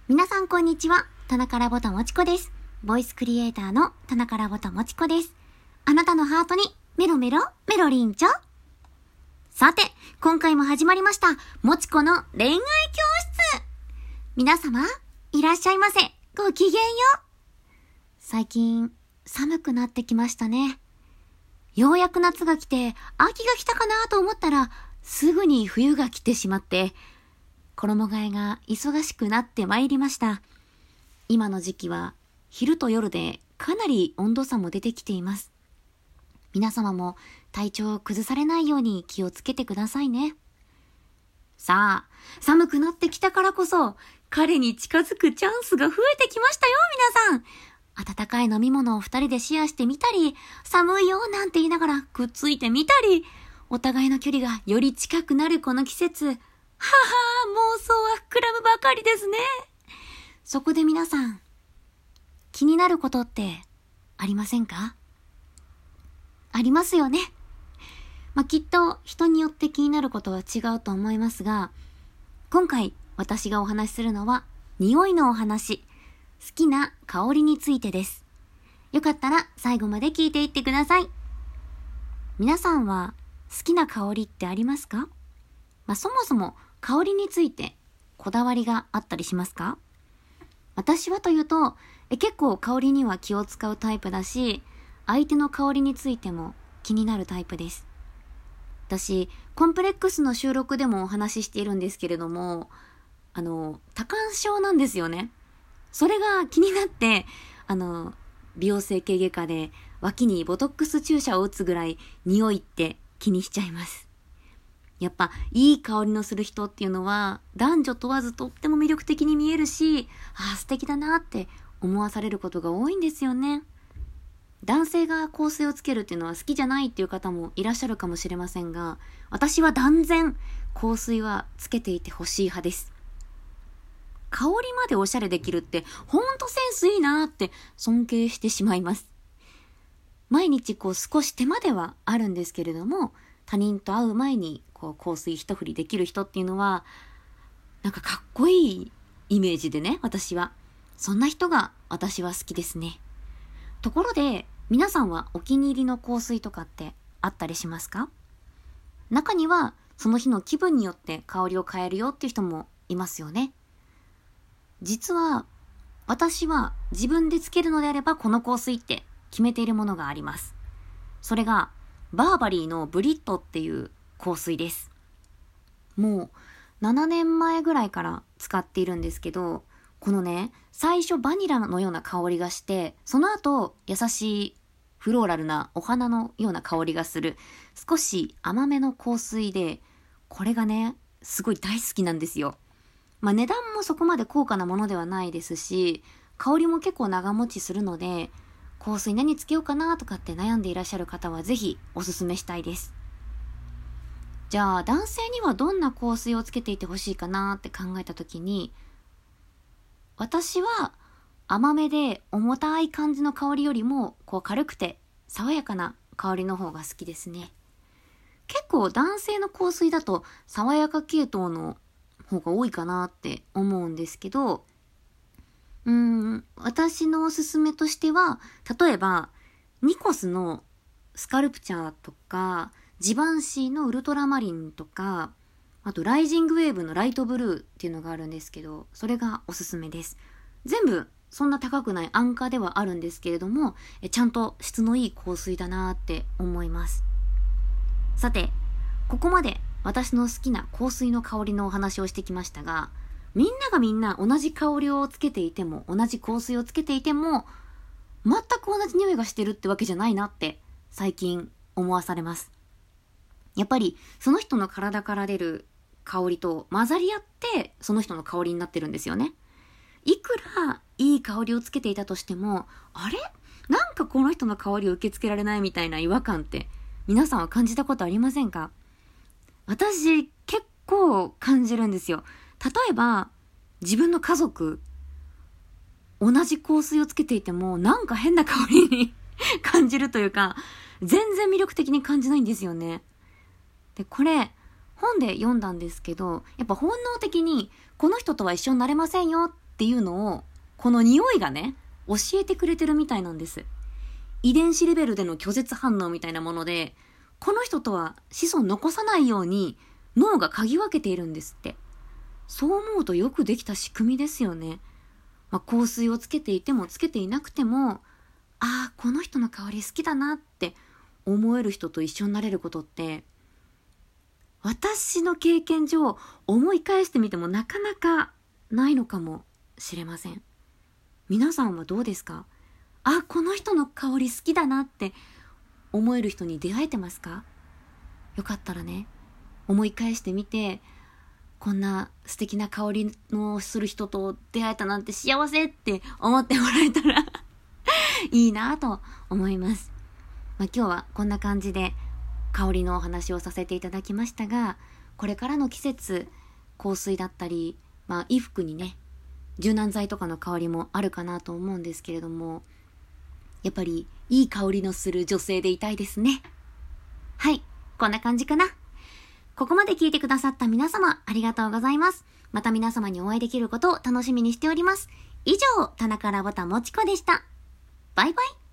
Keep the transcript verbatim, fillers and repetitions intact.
皆さんこんにちは。田中ラボタもちこです。ボイスクリエイターの田中ラボタもちこです。あなたのハートにメロメロメロリンチョ。さて、今回も始まりました、もちこの恋愛教室。皆様、いらっしゃいませ。ごきげんよう。最近、寒くなってきましたね。ようやく夏が来て、秋が来たかなと思ったら、すぐに冬が来てしまって、衣替えが忙しくなってまいりました。今の時期は昼と夜でかなり温度差も出てきています。皆様も体調を崩されないように気をつけてくださいね。さあ、寒くなってきたからこそ彼に近づくチャンスが増えてきましたよ、皆さん。温かい飲み物を二人でシェアしてみたり、寒いよなんて言いながらくっついてみたり、お互いの距離がより近くなるこの季節、ははー、妄想は膨らむばかりですね。そこで皆さん、気になることってありませんか？ありますよね。まあ、きっと人によって気になることは違うと思いますが、今回私がお話しするのは匂いのお話、好きな香りについてです。よかったら最後まで聞いていってください。皆さんは好きな香りってありますか？まあ、そもそも香りについてこだわりがあったりしますか？私はというとえ結構香りには気を使うタイプだし、相手の香りについても気になるタイプです。私コンプレックスの収録でもお話ししているんですけれども、あの多感症なんですよね。それが気になって、あの美容整形外科で脇にボトックス注射を打つぐらい匂いって気にしちゃいます。やっぱいい香りのする人っていうのは男女問わずとっても魅力的に見えるし、ああ素敵だなって思わされることが多いんですよね。男性が香水をつけるっていうのは好きじゃないっていう方もいらっしゃるかもしれませんが、私は断然香水はつけていてほしい派です。香りまでおしゃれできるってほんとセンスいいなって尊敬してしまいます。毎日こう少し手間ではあるんですけれども、他人と会う前にこう香水一振りできる人っていうのはなんかかっこいいイメージでね、私はそんな人が私は好きですね。ところで皆さんはお気に入りの香水とかってあったりしますか？中にはその日の気分によって香りを変えるよっていう人もいますよね。実は私は自分でつけるのであればこの香水って決めているものがあります。それがバーバリーのブリットっていう香水です。もうななねんまえぐらいから使っているんですけど、このね、最初バニラのような香りがして、その後優しいフローラルなお花のような香りがする少し甘めの香水で、これがねすごい大好きなんですよ。まあ値段もそこまで高価なものではないですし、香りも結構長持ちするので、香水何つけようかなとかって悩んでいらっしゃる方はぜひおすすめしたいです。じゃあ男性にはどんな香水をつけていてほしいかなって考えたときに、私は甘めで重たい感じの香りよりもこう軽くて爽やかな香りの方が好きですね。結構男性の香水だと爽やか系統の方が多いかなって思うんですけど、うーん、私のおすすめとしては、例えばニコスのスカルプチャーとかジバンシーのウルトラマリンとか、あとライジングウェーブのライトブルーっていうのがあるんですけど、それがおすすめです。全部そんな高くない安価ではあるんですけれども、えちゃんと質のいい香水だなって思います。さて、ここまで私の好きな香水の香りのお話をしてきましたが、みんながみんな同じ香りをつけていても、同じ香水をつけていても全く同じ匂いがしてるってわけじゃないなって最近思わされます。やっぱりその人の体から出る香りと混ざり合ってその人の香りになってるんですよね。いくらいい香りをつけていたとしても、あれ？なんかこの人の香りを受け付けられないみたいな違和感って皆さんは感じたことありませんか？私結構感じるんですよ。例えば自分の家族、同じ香水をつけていてもなんか変な香りに感じるというか、全然魅力的に感じないんですよね。で、これ本で読んだんですけど、やっぱ本能的にこの人とは一緒になれませんよっっていうのを、この匂いがね、教えてくれてるみたいなんです。遺伝子レベルでの拒絶反応みたいなもので、この人とは子孫残さないように脳が嗅ぎ分けているんですって。そう思うとよくできた仕組みですよね。まあ、香水をつけていてもつけていなくても、ああ、この人の香り好きだなって思える人と一緒になれることって、私の経験上思い返してみてもなかなかないのかもしれません。皆さんはどうですか？あ、この人の香り好きだなって思える人に出会えてますか？よかったらね、思い返してみて、こんな素敵な香りのする人と出会えたなんて幸せって思ってもらえたらいいなと思います。まあ、今日はこんな感じで香りのお話をさせていただきましたが、これからの季節、香水だったり、まあ、衣服にね、柔軟剤とかの香りもあるかなと思うんですけれども、やっぱりいい香りのする女性でいたいですね。はい、こんな感じかな。ここまで聞いてくださった皆様、ありがとうございます。また皆様にお会いできることを楽しみにしております。以上、田中らぼたもちこでした。バイバイ。